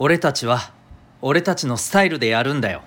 俺たちは俺たちのスタイルでやるんだよ。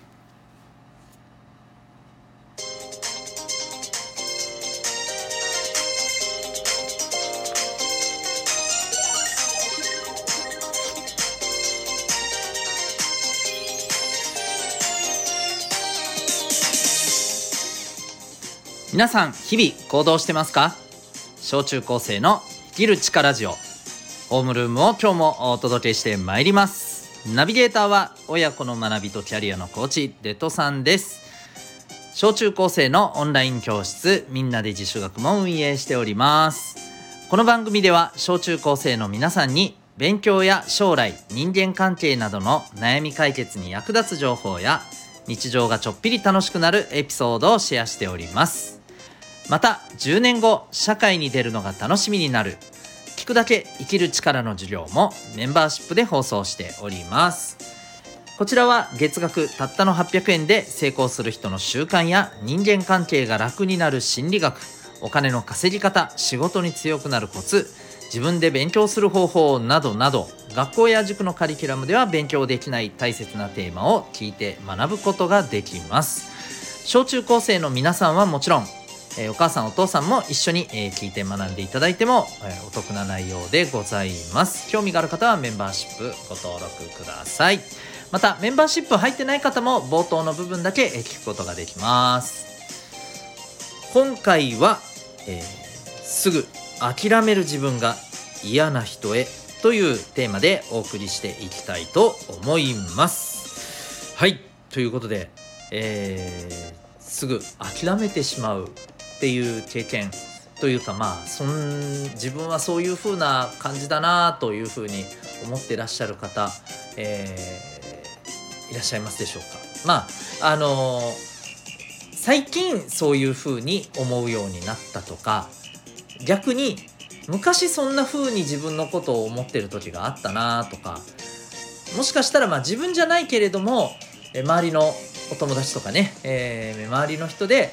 皆さん日々行動してますか？小中高生の生きる力ラジオホームルームを今日もお届けしてまいります。ナビゲーターは親子の学びとキャリアのコーチデトさんです。小中高生のオンライン教室みんなで自主学も運営しております。この番組では小中高生の皆さんに勉強や将来、人間関係などの悩み解決に役立つ情報や日常がちょっぴり楽しくなるエピソードをシェアしております。また10年後社会に出るのが楽しみになる聞くだけ生きる力の授業もメンバーシップで放送しております。こちらは月額たったの800円で成功する人の習慣や人間関係が楽になる心理学、お金の稼ぎ方、仕事に強くなるコツ、自分で勉強する方法などなど、学校や塾のカリキュラムでは勉強できない大切なテーマを聞いて学ぶことができます。小中高生の皆さんはもちろんお母さんお父さんも一緒に聞いて学んでいただいてもお得な内容でございます。興味がある方はメンバーシップご登録ください。またメンバーシップ入ってない方も冒頭の部分だけ聞くことができます。今回は、すぐ諦める自分が嫌な人へというテーマでお送りしていきたいと思います。はい、ということで、すぐ諦めてしまうっていう経験というか、自分はそういう風な感じだなという風に思ってらっしゃる方、いらっしゃいますでしょうか。最近そういう風に思うようになったとか、逆に昔そんな風に自分のことを思ってる時があったなとか、もしかしたら自分じゃないけれども周りのお友達とかね、周りの人で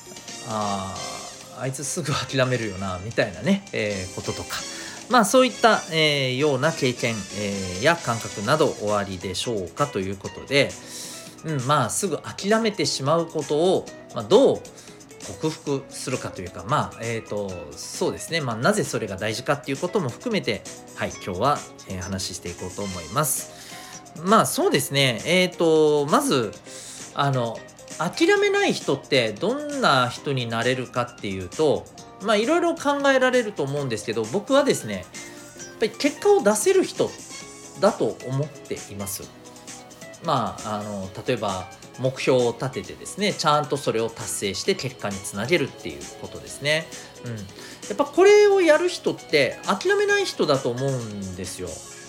あいつすぐ諦めるよなみたいなね、こととか、そういった、ような経験、や感覚などおありでしょうかということで、すぐ諦めてしまうことを、どう克服するかというか、そうですね、なぜそれが大事かっていうことも含めて、今日は、話していこうと思います。そうですね、まず諦めない人ってどんな人になれるかっていうと、いろいろ考えられると思うんですけど、僕はですね、やっぱり結果を出せる人だと思っています。例えば目標を立ててですね、ちゃんとそれを達成して結果につなげるっていうことですね。やっぱこれをやる人って諦めない人だと思うんですよ。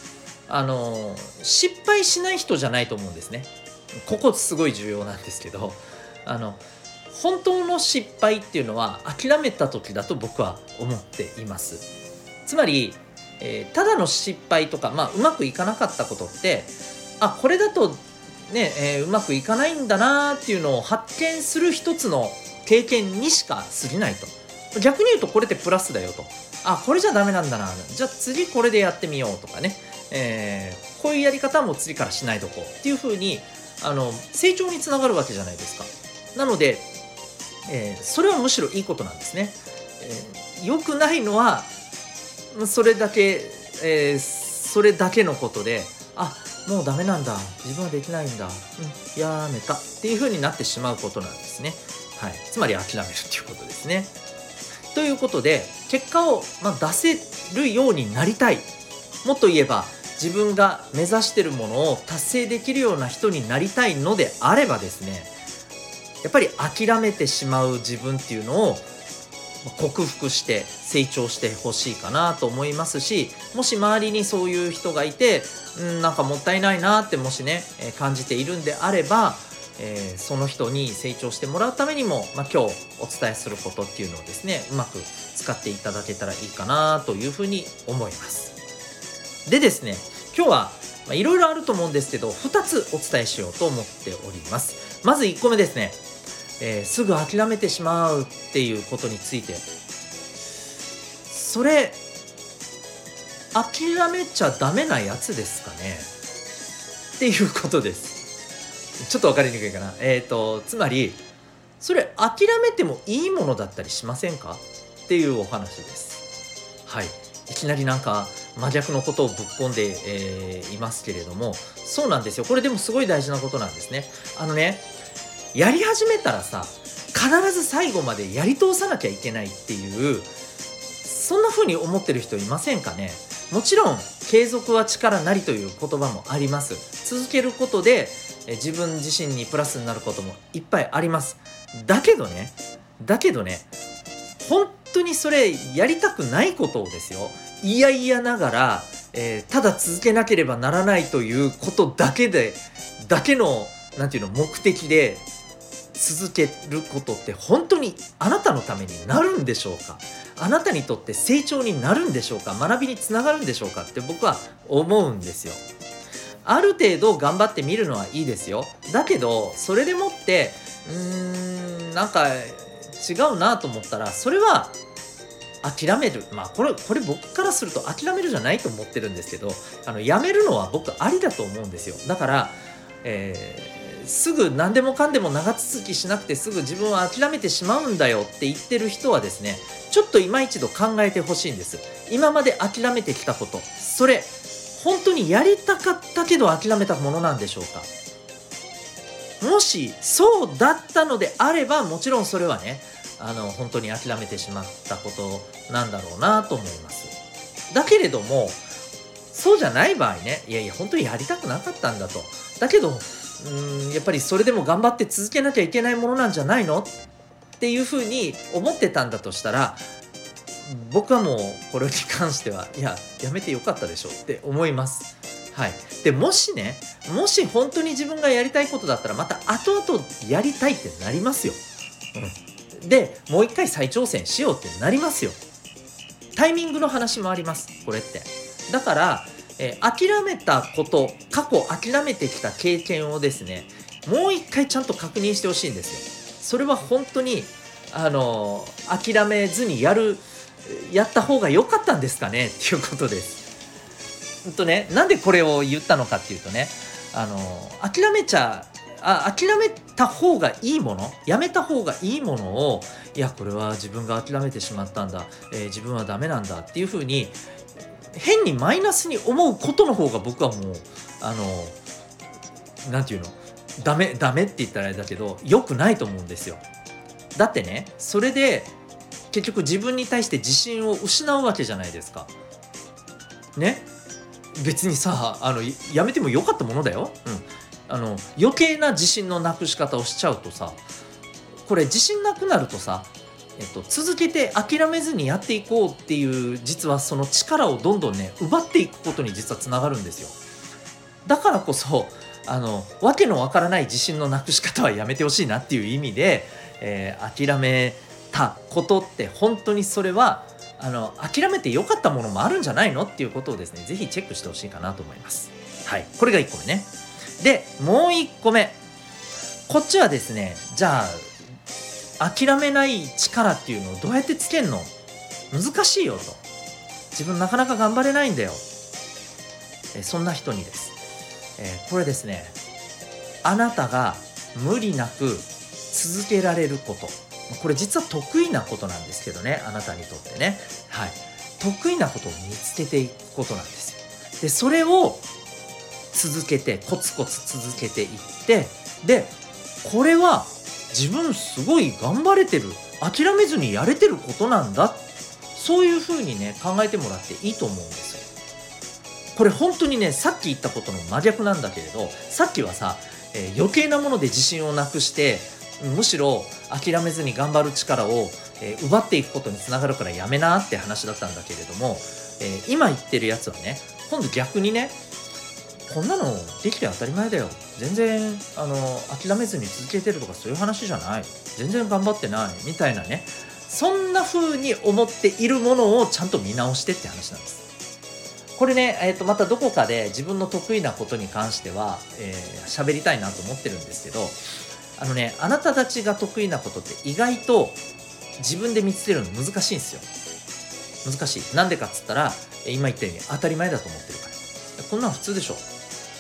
失敗しない人じゃないと思うんですね。ここすごい重要なんですけど、本当の失敗っていうのは諦めた時だと僕は思っています。つまり、ただの失敗とか、うまくいかなかったことって、これだとね、うまくいかないんだなっていうのを発見する一つの経験にしか過ぎないと。逆に言うとこれってプラスだよと。これじゃダメなんだな、じゃあ次これでやってみようとかね、こういうやり方も次からしないとこうっていう風に成長につながるわけじゃないですか。なので、それはむしろいいことなんですね。良くないのはそれだけのことで、もうダメなんだ、自分はできないんだ、やめたっていう風になってしまうことなんですね。つまり諦めるっていうことですね。ということで、結果を、出せるようになりたい、もっと言えば自分が目指しているものを達成できるような人になりたいのであればですね、やっぱり諦めてしまう自分っていうのを克服して成長してほしいかなと思いますし、もし周りにそういう人がいて、なんかもったいないなってもしね、感じているんであれば、その人に成長してもらうためにも、今日お伝えすることっていうのをですね、うまく使っていただけたらいいかなというふうに思います。でですね、今日はいろいろあると思うんですけど、2つお伝えしようと思っております。まず1個目ですね、すぐ諦めてしまうっていうことについて、それ諦めちゃダメなやつですかね。 っていうことです。ちょっと分かりにくいかな。つまりそれ諦めてもいいものだったりしませんかっていうお話です。はい。いきなりなんか真逆のことをぶっ込んで、いますけれども、そうなんですよ。これでもすごい大事なことなんですね。やり始めたらさ、必ず最後までやり通さなきゃいけないっていう、そんな風に思ってる人いませんかね。もちろん継続は力なりという言葉もあります。続けることで自分自身にプラスになることもいっぱいあります。だけどね、本当にそれやりたくないことをですよ、いやいやながら、ただ続けなければならないということだけのなんていうの目的で続けることって本当にあなたのためになるんでしょうか。あなたにとって成長になるんでしょうか。学びにつながるんでしょうかって僕は思うんですよ。ある程度頑張ってみるのはいいですよ。だけどそれでもってなんか違うなと思ったら、それは諦める。これ僕からすると諦めるじゃないと思ってるんですけど、やめるのは僕ありだと思うんですよ。だから、すぐ何でもかんでも長続きしなくてすぐ自分は諦めてしまうんだよって言ってる人はですね、ちょっと今一度考えてほしいんです。今まで諦めてきたこと、それ本当にやりたかったけど諦めたものなんでしょうか。もしそうだったのであれば、もちろんそれはね、本当に諦めてしまったことなんだろうなと思います。だけれども、そうじゃない場合ね、いやいや本当にやりたくなかったんだと。だけどやっぱりそれでも頑張って続けなきゃいけないものなんじゃないのっていうふうに思ってたんだとしたら、僕はもうこれに関してはいややめてよかったでしょって思います。はい。でもし本当に自分がやりたいことだったらまた後々やりたいってなりますよ。でもう一回再挑戦しようってなりますよ。タイミングの話もあります、これって。だから、諦めたこと、過去諦めてきた経験をですね、もう一回ちゃんと確認してほしいんですよ。それは本当に諦めずにやった方が良かったんですかねっていうことです。なんでこれを言ったのかっていうとね、諦めた方がいいもの、やめた方がいいものを、いやこれは自分が諦めてしまったんだ、自分はダメなんだっていう風に変にマイナスに思うことの方が僕はもうなんていうの、ダメって言ったらあれだけど良くないと思うんですよ。だってね、それで結局自分に対して自信を失うわけじゃないですか。ね、別にさやめてもよかったものだよ。余計な自信のなくし方をしちゃうとさ、これ自信なくなるとさ、続けて諦めずにやっていこうっていう、実はその力をどんどんね奪っていくことに実はつながるんですよ。だからこそわけのわからない自信のなくし方はやめてほしいなっていう意味で、諦めたことって本当にそれは諦めてよかったものもあるんじゃないのっていうことをですね、ぜひチェックしてほしいかなと思います。はい、これが1個目ね。でもう1個目、こっちはですね、じゃあ諦めない力っていうのをどうやってつけんの、難しいよと、自分なかなか頑張れないんだよ、そんな人にです、これですね、あなたが無理なく続けられること、これ実は得意なことなんですけどね、あなたにとってね、はい、得意なことを見つけていくことなんですよ。でそれを続けてコツコツ続けていって、でこれは自分すごい頑張れてる、諦めずにやれてることなんだ、そういう風にね考えてもらっていいと思うんですよ。これ本当にね、さっき言ったことの真逆なんだけれど、さっきはさ、余計なもので自信をなくして、むしろ諦めずに頑張る力を、奪っていくことにつながるからやめなって話だったんだけれども、今言ってるやつはね、今度逆にね、こんなのできて当たり前だよ、全然諦めずに続けてるとかそういう話じゃない、全然頑張ってないみたいなね、そんな風に思っているものをちゃんと見直してって話なんです。これね、またどこかで自分の得意なことに関しては喋りたいなと思ってるんですけど、あなたたちが得意なことって意外と自分で見つけるの難しいんですよ。難しい。なんでかっつったら、今言ったように当たり前だと思ってるから。こんなの普通でしょ。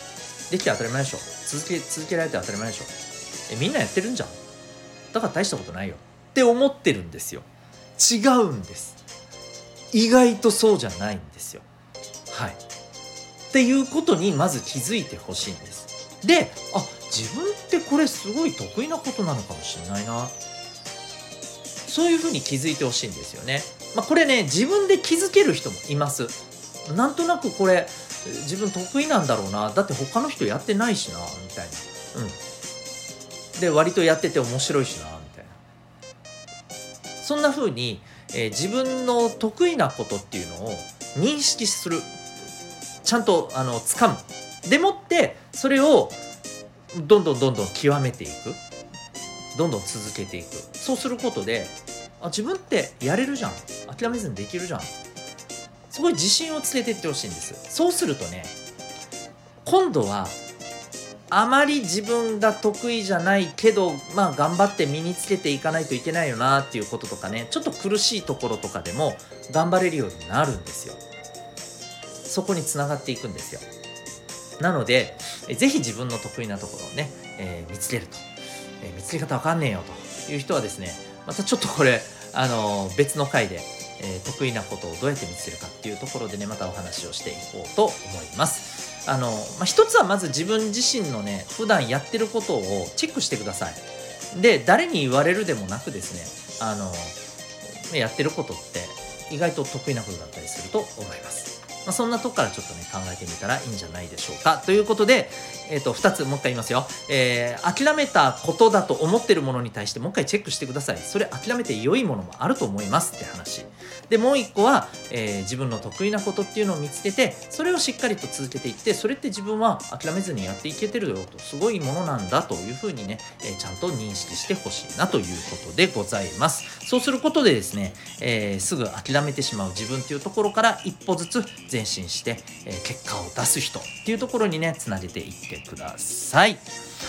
できて当たり前でしょ、続けられて当たり前でしょ、みんなやってるんじゃん、だから大したことないよって思ってるんですよ。違うんです。意外とそうじゃないんですよ。はい。っていうことにまず気づいてほしいんです。で、自分ってこれすごい得意なことなのかもしれないな、そういうふうに気づいてほしいんですよね。これね、自分で気づける人もいます。なんとなくこれ自分得意なんだろうな、だって他の人やってないしなみたいな、で割とやってて面白いしなみたいな、そんな風に、自分の得意なことっていうのを認識する、ちゃんと掴む、でもってそれをどんどん極めていく、どんどん続けていく。そうすることで、自分ってやれるじゃん、諦めずにできるじゃん、すごい自信をつけていってほしいんです。そうするとね、今度はあまり自分が得意じゃないけど、頑張って身につけていかないといけないよなっていうこととかね、ちょっと苦しいところとかでも頑張れるようになるんですよ。そこにつながっていくんですよ。なのでぜひ自分の得意なところをね、見つけると、見つけ方わかんねえよという人はですね、またちょっとこれ別の回で、得意なことをどうやって見つけるかっていうところでね、またお話をしていこうと思います。一つはまず自分自身のね、普段やってることをチェックしてください。で、誰に言われるでもなくですね、やってることって意外と得意なことだったりすると思います。そんなとこからちょっとね、考えてみたらいいんじゃないでしょうか。ということで、2つもう一回言いますよ。諦めたことだと思ってるものに対してもう一回チェックしてください。それ諦めて良いものもあると思いますって話で、もう一個は、自分の得意なことっていうのを見つけて、それをしっかりと続けていって、それって自分は諦めずにやっていけてるよと、すごいものなんだというふうにね、ちゃんと認識してほしいなということでございます。そうすることでですね、すぐ諦めてしまう自分っていうところから一歩ずつ前進して、結果を出す人っていうところにね、つなげていってください。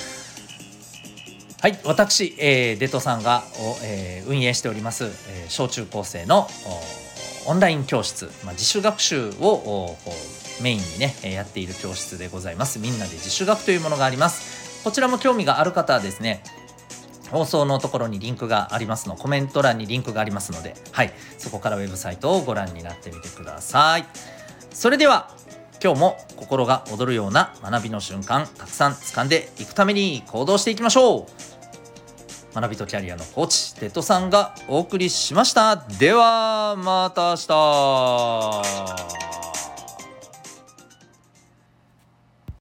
はい、私、デトさんが運営しております、小中高生のオンライン教室、自主学習をメインにねやっている教室でございます。みんなで自主学というものがあります。こちらも興味がある方はですね、放送のところにリンクがありますの、コメント欄にリンクがありますので、はい、そこからウェブサイトをご覧になってみてください。それでは今日も心が躍るような学びの瞬間たくさん掴んでいくために行動していきましょう。学びとキャリアのコーチデトさんがお送りしました。ではまた明日。